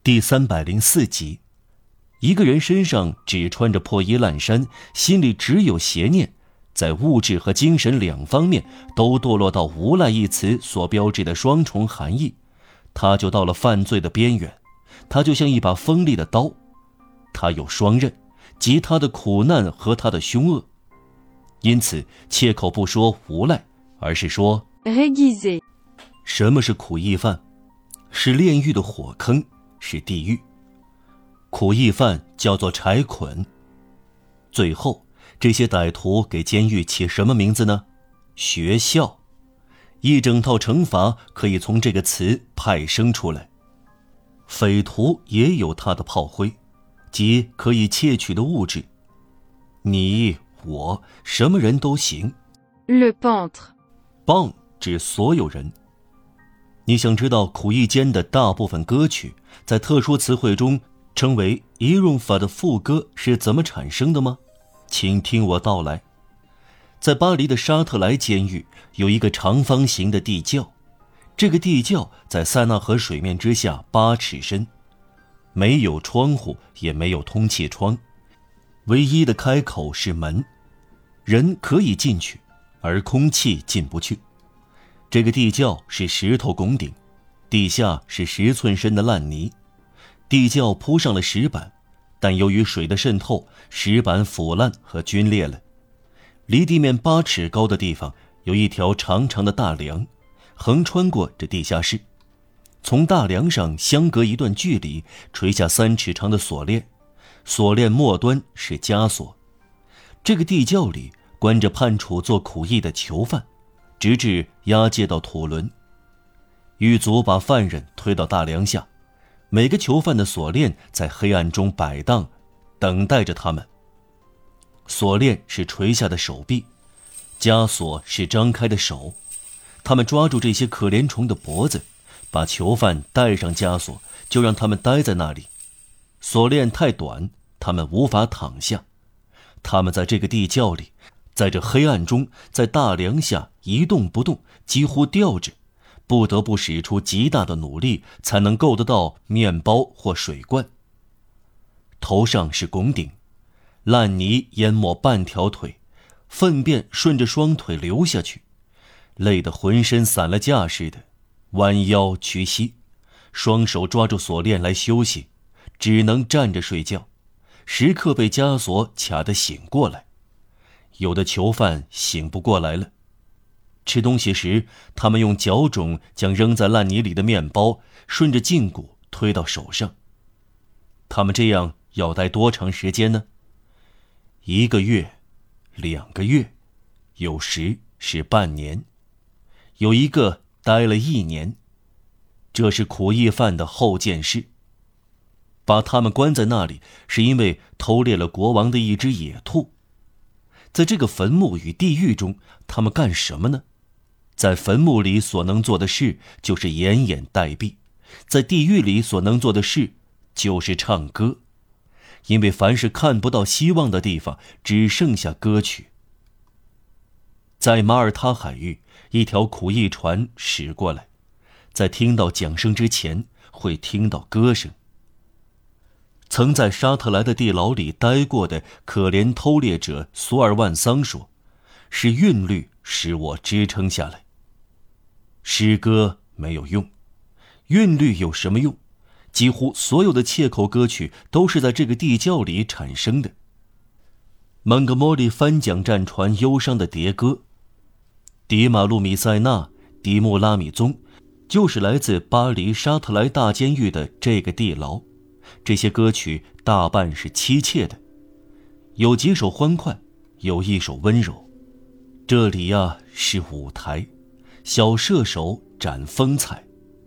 第304集。一个人身上只穿着破衣烂衫，心里只有邪念，在物质和精神两方面都堕落到无赖一词所标志的双重含义，他就到了犯罪的边缘。他就像一把锋利的刀，他有双刃，即他的苦难和他的凶恶。因此切口不说无赖，而是说 réguisé。 什么是苦役犯？是炼狱的火坑，是地狱。苦役犯叫做柴捆。最后这些歹徒给监狱起什么名字呢？学校。一整套惩罚可以从这个词派生出来。匪徒也有他的炮灰，即可以窃取的物质。你我什么人都行。 Le pantre。 棒指所有人。你想知道苦役间的大部分歌曲在特殊词汇中称为一用法的副歌是怎么产生的吗？请听我道来。在巴黎的沙特莱监狱有一个长方形的地窖，这个地窖在塞纳河水面之下8尺深，没有窗户，也没有通气窗，唯一的开口是门，人可以进去，而空气进不去。这个地窖是石头拱顶，地下是10寸深的烂泥，地窖铺上了石板，但由于水的渗透，石板腐烂和皲裂了。离地面8尺高的地方有一条长长的大梁，横穿过这地下室。从大梁上相隔一段距离垂下3尺长的锁链，锁链末端是枷锁。这个地窖里关着判处做苦役的囚犯，直至押解到土伦。狱卒把犯人推到大梁下，每个囚犯的锁链在黑暗中摆荡，等待着他们。锁链是垂下的手臂，枷锁是张开的手。他们抓住这些可怜虫的脖子，把囚犯带上枷锁，就让他们待在那里。锁链太短，他们无法躺下。他们在这个地窖里，在这黑暗中，在大梁下一动不动，几乎吊着，不得不使出极大的努力才能够得到面包或水罐。头上是拱顶，烂泥淹没半条腿，粪便顺着双腿流下去，累得浑身散了架似的，弯腰屈膝，双手抓住锁链来休息，只能站着睡觉，时刻被枷锁卡得醒过来。有的囚犯醒不过来了。吃东西时，他们用脚踵将扔在烂泥里的面包顺着胫骨推到手上。他们这样要待多长时间呢？1个月、2个月，有时是半年，有一个待了1年。这是苦役犯的后见室。把他们关在那里，是因为偷猎了国王的一只野兔。在这个坟墓与地狱中，他们干什么呢？在坟墓里所能做的事就是掩眼待毙，在地狱里所能做的事就是唱歌，因为凡是看不到希望的地方，只剩下歌曲。在马耳他海域，一条苦役船驶过来，在听到桨声之前，会听到歌声。曾在沙特莱的地牢里待过的可怜偷猎者苏尔万桑说，是韵律使我支撑下来。诗歌没有用，韵律有什么用？几乎所有的切口歌曲都是在这个地窖里产生的。蒙哥莫利翻桨战船忧伤的迭歌，迪马路米塞纳、迪穆拉米宗，就是来自巴黎沙特莱大监狱的这个地牢。这些歌曲大半是凄切的，有几首欢快，有一首温柔。这里呀，是舞台，小射手展风采。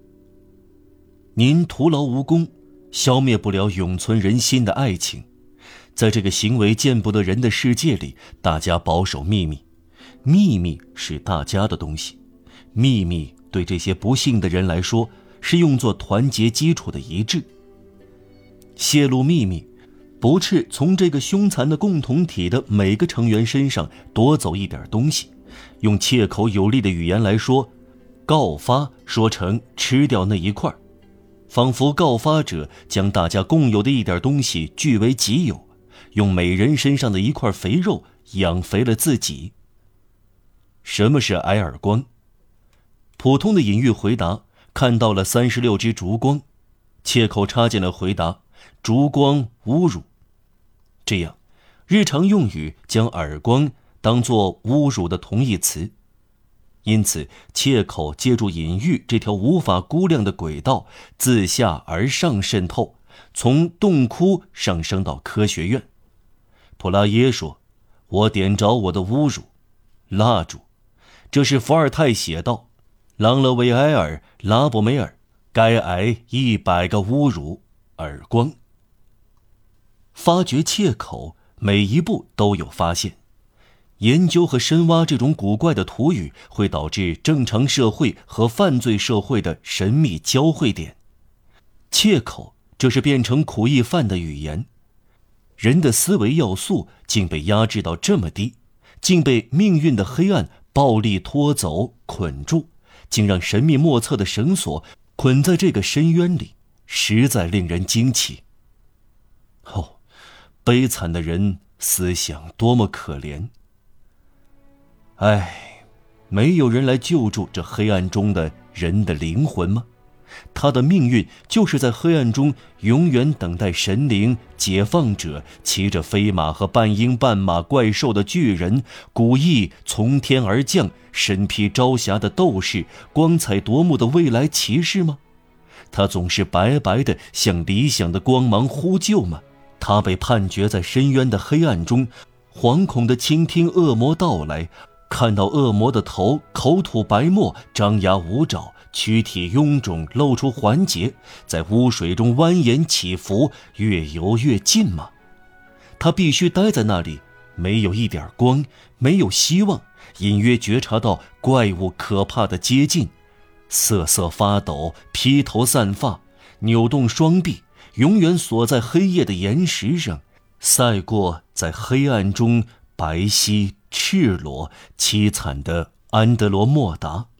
您徒劳无功，消灭不了永存人心的爱情。在这个行为见不得人的世界里，大家保守秘密，秘密是大家的东西，秘密对这些不幸的人来说，是用作团结基础的一致。泄露秘密，不是从这个凶残的共同体的每个成员身上夺走一点东西，用切口有力的语言来说，告发说成吃掉那一块。 仿佛告发者将大家共有的一点东西据为己有，用每人身上的一块肥肉养肥了自己。什么是挨耳光？普通的隐喻回答看到了36支烛光，切口插进了回答烛光侮辱。这样日常用语将耳光当作侮辱的同义词，因此切口借助隐喻这条无法估量的轨道自下而上渗透，从洞窟上升到科学院。普拉耶说，我点着我的侮辱蜡烛，这是伏尔泰写道，朗勒维埃尔拉伯梅尔该挨100个侮辱耳光。发掘切口每一步都有发现，研究和深挖这种古怪的土语会导致正常社会和犯罪社会的神秘交汇点。切口，这是变成苦役犯的语言。人的思维要素竟被压制到这么低，竟被命运的黑暗暴力拖走捆住，竟让神秘莫测的绳索捆在这个深渊里，实在令人惊奇。哦，悲惨的人思想多么可怜！唉，没有人来救助这黑暗中的人的灵魂吗？他的命运就是在黑暗中永远等待神灵解放者，骑着飞马和半鹰半马怪兽的巨人，古翼从天而降，身披朝霞的斗士，光彩夺目的未来骑士吗？他总是白白的向理想的光芒呼救吗？他被判决在深渊的黑暗中，惶恐地倾听恶魔到来，看到恶魔的头口吐白沫，张牙舞爪，躯体臃肿，露出环节，在污水中蜿蜒起伏，越游越近吗？他必须待在那里，没有一点光，没有希望，隐约觉察到怪物可怕的接近，瑟瑟发抖，披头散发，扭动双臂，永远锁在黑夜的岩石上，赛过在黑暗中白皙赤裸凄惨的安德罗莫达。